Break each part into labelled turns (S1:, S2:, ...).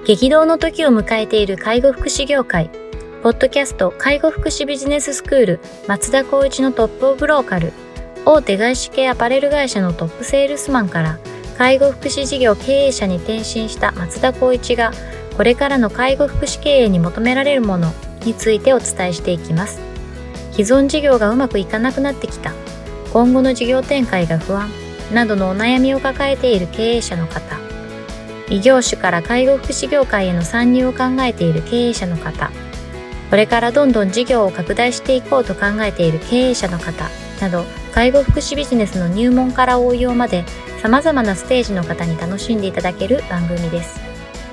S1: 激動の時を迎えている介護福祉業界。ポッドキャスト介護福祉ビジネススクール松田光一のトップオブローカル。大手外資系アパレル会社のトップセールスマンから介護福祉事業経営者に転身した松田光一が、これからの介護福祉経営に求められるものについてお伝えしていきます。既存事業がうまくいかなくなってきた、今後の事業展開が不安などのお悩みを抱えている経営者の方、異業種から介護福祉業界への参入を考えている経営者の方、これからどんどん事業を拡大していこうと考えている経営者の方など、介護福祉ビジネスの入門から応用まで様々なステージの方に楽しんでいただける番組です。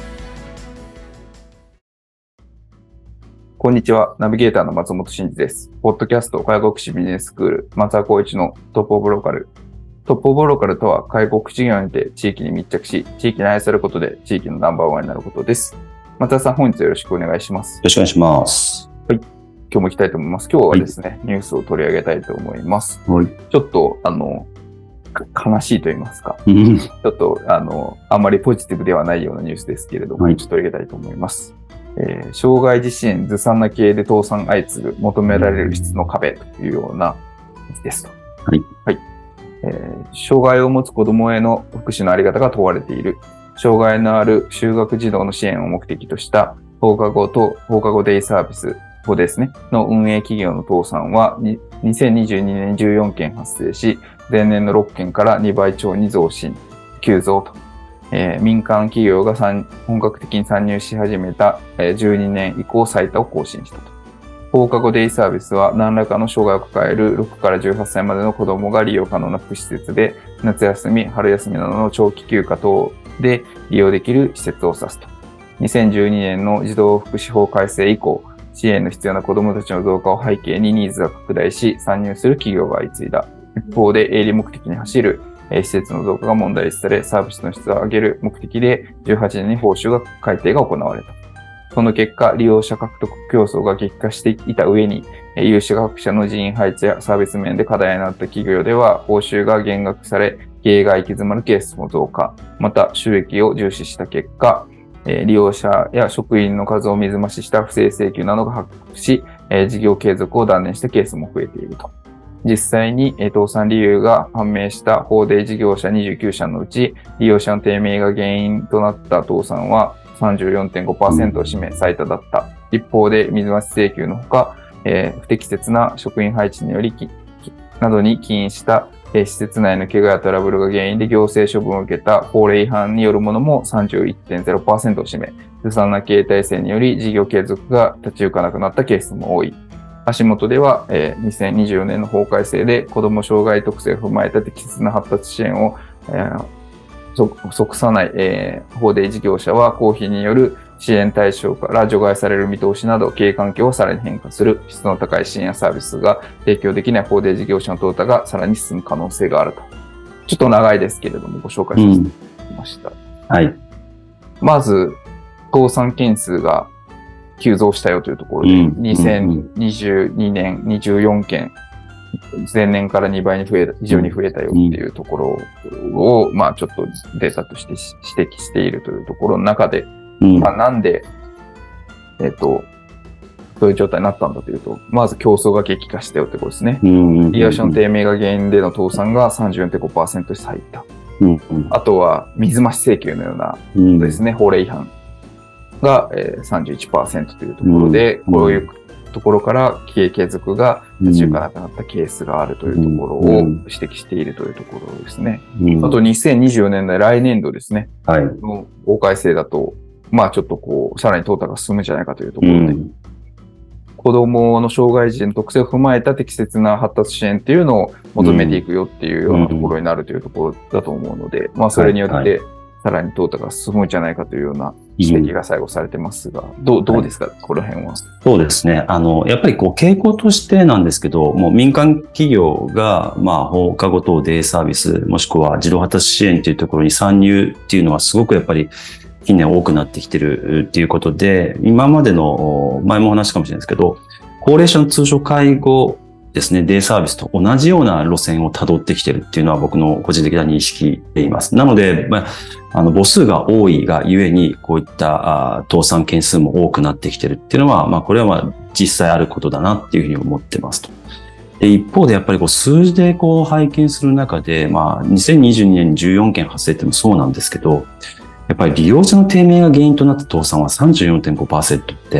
S2: こんにちは。ナビゲーターの松本真嗣です。ポッドキャスト介護福祉ビジネススクール松田光一のトップオブローカル。トップオブローカルとは、介護福祉事業にて地域に密着し、地域に愛されることで地域のナンバーワンになることです。松田さん、本日よろしくお願いします。
S3: よろしくお願いします。
S2: はい。今日も行きたいと思います。今日はですね、ニュースを取り上げたいと思います。
S3: はい。
S2: ちょっと、悲しいと言いますか。ちょっと、あんまりポジティブではないようなニュースですけれども、ちょっと取り上げたいと思います。障害児支援ずさんな経営で倒産相次ぐ、求められる質の壁というようなやつですと。
S3: はい。
S2: はい。障害を持つ子どもへの福祉のあり方が問われている。障害のある就学児童の支援を目的とした放課後と放課後デイサービスですね、の運営企業の倒産は2022年14件発生し、前年の6件から2倍超に急増と。民間企業が本格的に参入し始めた12年以降最多を更新したと。放課後デイサービスは何らかの障害を抱える6から18歳までの子どもが利用可能な福祉施設で、夏休み、春休みなどの長期休暇等で利用できる施設を指すと。2012年の児童福祉法改正以降、支援の必要な子どもたちの増加を背景にニーズが拡大し、参入する企業が相次いだ。一方で営利目的に走る施設の増加が問題視され、サービスの質を上げる目的で18年に報酬改定が行われた。その結果、利用者獲得競争が激化していた上に、有資格者の人員配置やサービス面で課題になった企業では、報酬が減額され、経営が行き詰まるケースも増加。また、収益を重視した結果、利用者や職員の数を水増しした不正請求などが発覚し、事業継続を断念したケースも増えていると。実際に倒産理由が判明した法定事業者29社のうち、利用者の低迷が原因となった倒産は 34.5% を占め最多だった。一方で水増し請求のほか、不適切な職員配置によりなどに起因した施設内の怪我やトラブルが原因で行政処分を受けた法令違反によるものも 31.0% を占め、ずさんな経営体制により事業継続が立ち行かなくなったケースも多い。足元では、2024年の法改正で子ども障害特性を踏まえた適切な発達支援を、即さない、法定事業者は公費による支援対象から除外される見通しなど、経営環境をさらに変化する質の高い支援やサービスが提供できない法定事業者の淘汰がさらに進む可能性があると。ちょっと長いですけれどもご紹介させていただきました。
S3: はい。
S2: まず、倒産件数が急増したよというところで、2022年24件、前年から2倍に以上に増えたよっていうところを、まあちょっとデータとして指摘しているというところの中で、まあなんで、そういう状態になったんだというと、まず競争が激化したよということですね。利用者の低迷が原因での倒産が 34.5% 最多。あとは水増し請求のようなことですね、法令違反が 31% というところで、こういうところから経営継続が立ち行かなくなったケースがあるというところを指摘しているというところですね。あと2024年代来年度ですね。の法改正だと、まあちょっとさらに淘汰が進むんじゃないかというところで、子供の障害児の特性を踏まえた適切な発達支援っていうのを求めていくよっていうようなところになるというところだと思うので、まあそれによってさらに淘汰が進むんじゃないかというような指摘が最後されてますが、どうですか、この辺は。
S3: そうですね。やっぱり傾向としてなんですけど、もう民間企業が、放課後等デイサービス、もしくは児童発達支援というところに参入っていうのはすごくやっぱり近年多くなってきてるっていうことで、今までの、前も話したかもしれないですけど、高齢者の通所介護ですね、デイサービスと同じような路線を辿ってきてるっていうのは僕の個人的な認識でいます。なので、母数が多いがゆえに、こういった倒産件数も多くなってきてるっていうのは、これは実際あることだなっていうふうに思ってますと。で、一方でやっぱり数字で拝見する中で、2022年に14件発生っていうのもそうなんですけど、やっぱり利用者の低迷が原因となった倒産は 34.5% って、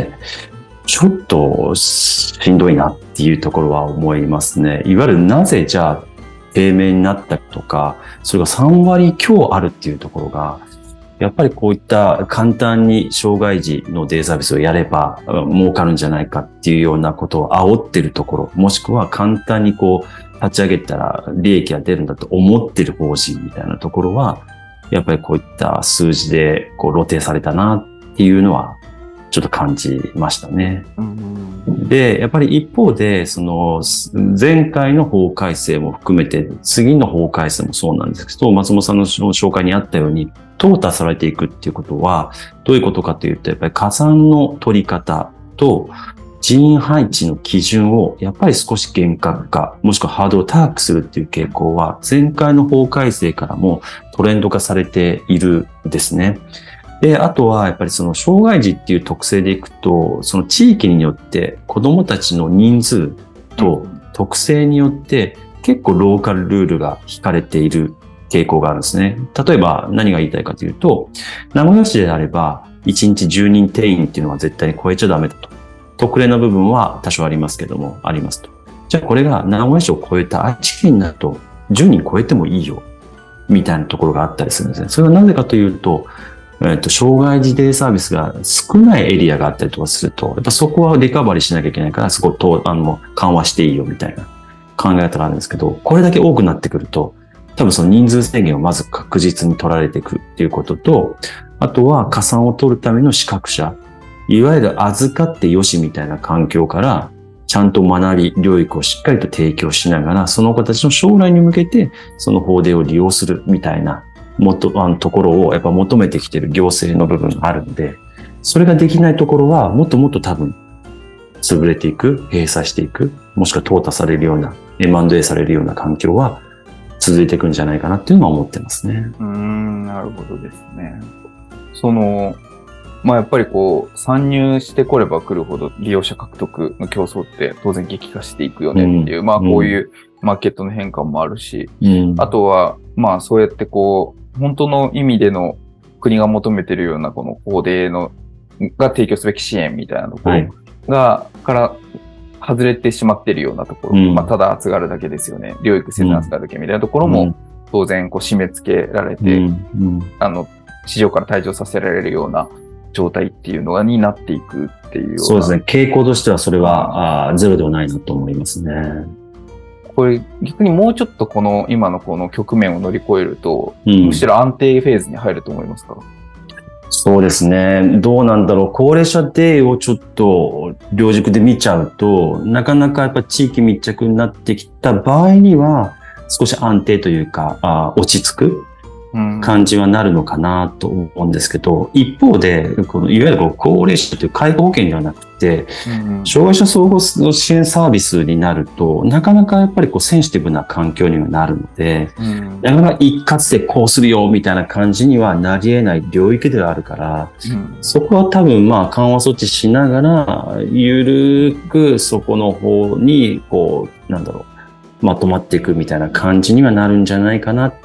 S3: ちょっとしんどいなっていうところは思いますね。いわゆるなぜじゃあ低迷になったとか、それが3割強あるっていうところが、やっぱりこういった簡単に障害児のデイサービスをやれば儲かるんじゃないかっていうようなことを煽ってるところ、もしくは簡単に立ち上げたら利益が出るんだと思ってる法人みたいなところは、やっぱりこういった数字で露呈されたなっていうのはちょっと感じましたね。で、やっぱり一方で、前回の法改正も含めて、次の法改正もそうなんですけど、松本さんの紹介にあったように、淘汰されていくっていうことは、どういうことかというと、やっぱり加算の取り方と人員配置の基準を、やっぱり少し厳格化、もしくはハードルを高くするっていう傾向は、前回の法改正からもトレンド化されているんですね。で、あとはやっぱり障害児っていう特性でいくと、その地域によって子どもたちの人数と特性によって結構ローカルルールが引かれている傾向があるんですね。例えば何が言いたいかというと、名古屋市であれば1日10人定員っていうのは絶対に超えちゃダメだと。特例の部分は多少ありますけども、ありますと。じゃあこれが名古屋市を超えた愛知県になると10人超えてもいいよ、みたいなところがあったりするんですね。それはなぜかというと、障害児デイサービスが少ないエリアがあったりとかすると、やっぱそこはリカバリーしなきゃいけないから、そこ緩和していいよみたいな考え方があるんですけど、これだけ多くなってくると、多分その人数制限をまず確実に取られていくっていうことと、あとは加算を取るための資格者、いわゆる預かってよしみたいな環境から、ちゃんと学び、療育をしっかりと提供しながら、その子たちの将来に向けて、その法令を利用するみたいな、ところをやっぱ求めてきている行政の部分があるので、それができないところはもっともっと多分潰れていく、閉鎖していく、もしくは淘汰されるような、M&A されるような環境は続いていくんじゃないかなっていうのは思ってますね。
S2: なるほどですね。やっぱり参入してこれば来るほど利用者獲得の競争って当然激化していくよねっていう、こういうマーケットの変化もあるし、あとは、そうやって本当の意味での国が求めているようなこの法令が提供すべき支援みたいなところから外れてしまっているようなところ、ただ預かるだけですよね。療育せず預かるだけみたいなところも当然締め付けられて、市場から退場させられるような状態っていうのになっていくっていうような。
S3: そうですね。傾向としてはそれはゼロではないなと思いますね。
S2: これ逆にもうちょっと今のこの局面を乗り越えると、むしろ安定フェーズに入ると思いますか？
S3: そうですね。どうなんだろう。高齢者デイをちょっと両軸で見ちゃうと、なかなかやっぱ地域密着になってきた場合には、少し安定というか、落ち着く感じはなるのかなと思うんですけど、一方で、いわゆる高齢者という介護保険ではなくて、障害者総合支援サービスになると、なかなかやっぱりセンシティブな環境にはなるので、なかなか一括でこうするよみたいな感じにはなり得ない領域ではあるから、そこは多分緩和措置しながら、ゆるくそこの方に、まとまっていくみたいな感じにはなるんじゃないかなって、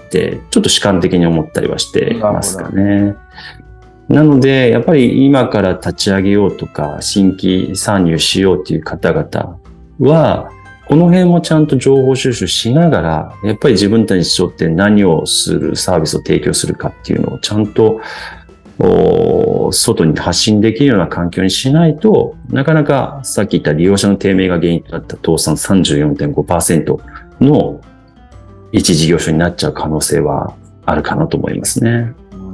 S3: ちょっと主観的に思ったりはしていますかね。なので、やっぱり今から立ち上げようとか、新規参入しようという方々は、この辺もちゃんと情報収集しながら、やっぱり自分たちにとって何をするサービスを提供するかっていうのをちゃんと外に発信できるような環境にしないと、なかなかさっき言った利用者の低迷が原因となった倒産 34.5% の一事業所になっちゃう可能性はあるかなと思いますね。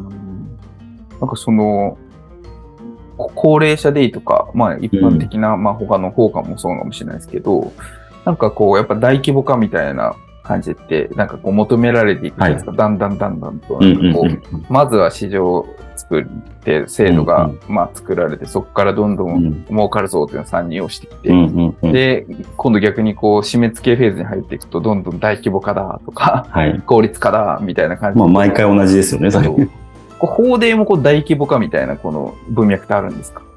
S2: 高齢者デイとか、一般的な、他の法官もそうかもしれないですけど、やっぱ大規模化みたいな感じって、求められていくじゃないですか。だんだんと、まずは市場作って制度が、作られて、そこからどんどん儲かるぞというのを参入をしてきて、で、今度逆にこう締め付けフェーズに入っていくと、どんどん大規模化だとか、効率化だみたいな感じで。
S3: 毎回同じですよね、
S2: 法でもこう大規模化みたいなこの文脈ってあるんですか？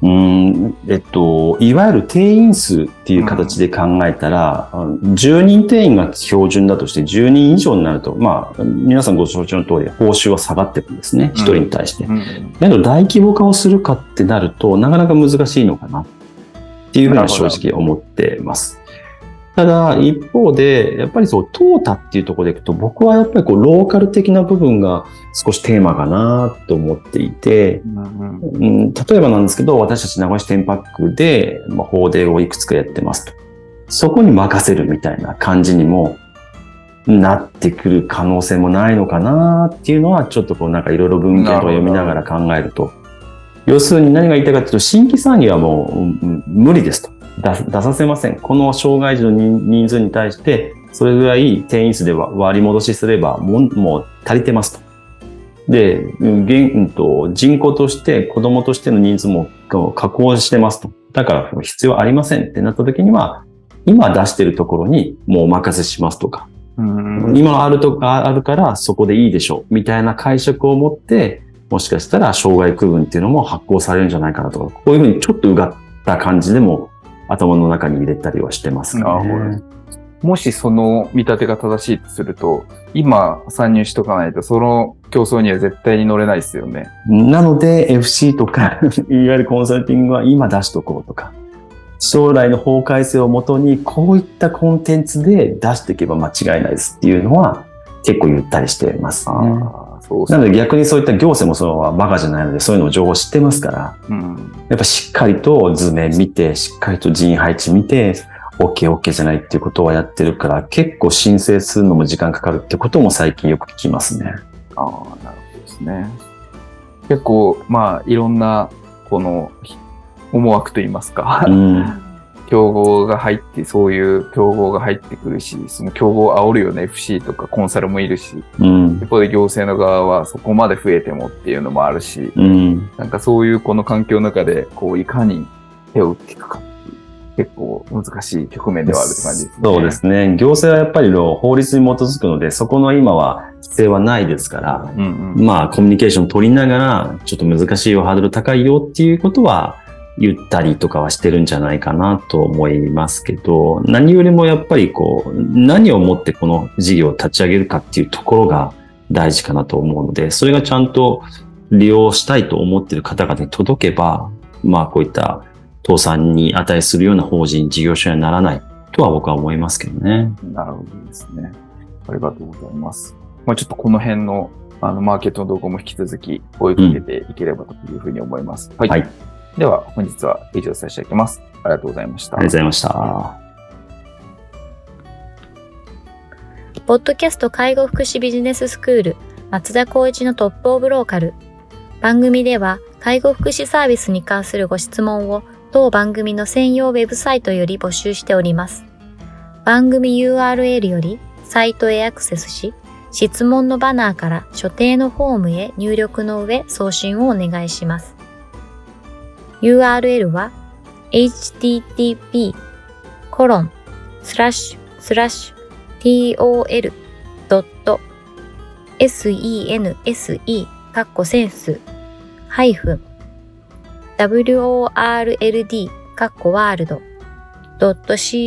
S3: いわゆる定員数っていう形で考えたら、10人定員が標準だとして10人以上になると、皆さんご承知の通り報酬は下がっていくんですね、1人に対して。だけど大規模化をするかってなると、なかなか難しいのかなっていうふうには正直思ってます。ただ、一方で、やっぱり淘汰っていうところでいくと、僕はやっぱりローカル的な部分が少しテーマかなと思っていて、例えばなんですけど、私たち名古屋市テンパックで、法デをいくつかやってますと。そこに任せるみたいな感じにもなってくる可能性もないのかなっていうのは、ちょっといろいろ文献とか読みながら考えると、要するに何が言いたいかというと、新規参入はもう無理ですと。出させません。この障害児の人数に対して、それぐらい定員数で割り戻しすれば、もう足りてますと。で、人口として、子供としての人数も確保してますと。だから必要ありませんってなった時には、今出してるところにもうお任せしますとか、今あるからそこでいいでしょうみたいな解釈を持って、もしかしたら障害区分っていうのも発行されるんじゃないかなとか、こういうふうにちょっとうがった感じでも頭の中に入れたりはしてますね。
S2: もしその見立てが正しいとすると、今参入しとかないとその競争には絶対に乗れないですよね。
S3: なので FC とかいわゆるコンサルティングは今出しとこうとか、将来の法改正をもとにこういったコンテンツで出していけば間違いないですっていうのは結構言ったりしてますね。なので逆にそういった行政もそのバカじゃないのでそういうのを情報知ってますから、やっぱしっかりと図面見て、しっかりと人員配置見て、OK じゃないっていうことはやってるから、結構申請するのも時間かかるってことも最近よく聞きますね。
S2: なるほどですね。結構、いろんな、この、思惑といいますか、競合が入って、そういう競合が入ってくるし、その競合を煽るよね、FC とかコンサルもいるし、一方で行政の側はそこまで増えてもっていうのもあるし、なんかそういうこの環境の中で、いかに手を打っていくか、結構難しい局面ではあるって感じですね。
S3: そうですね。行政はやっぱり法律に基づくので、そこの今は規制はないですから、コミュニケーション取りながら、ちょっと難しいよ、ハードル高いよっていうことは、言ったりとかはしてるんじゃないかなと思いますけど、何よりもやっぱり何をもってこの事業を立ち上げるかっていうところが大事かなと思うので、それがちゃんと利用したいと思っている方々に届けば、こういった倒産に値するような法人、事業所にはならないとは僕は思いますけどね。
S2: なるほどですね。ありがとうございます。ちょっとこの辺のマーケットの動向も引き続き追いかけていければというふうに思います。はい。では本日は以上させていただきます。ありがとうございました。
S3: ありがとうございました。
S1: ポッドキャスト介護福祉ビジネススクール松田光一のトップオブローカル。番組では介護福祉サービスに関するご質問を当番組の専用ウェブサイトより募集しております。番組 URL よりサイトへアクセスし、質問のバナーから所定のフォームへ入力の上送信をお願いします。URL は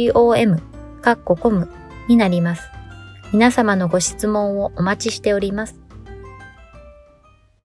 S1: http://tol.sense-world.com になります。皆様のご質問をお待ちしております。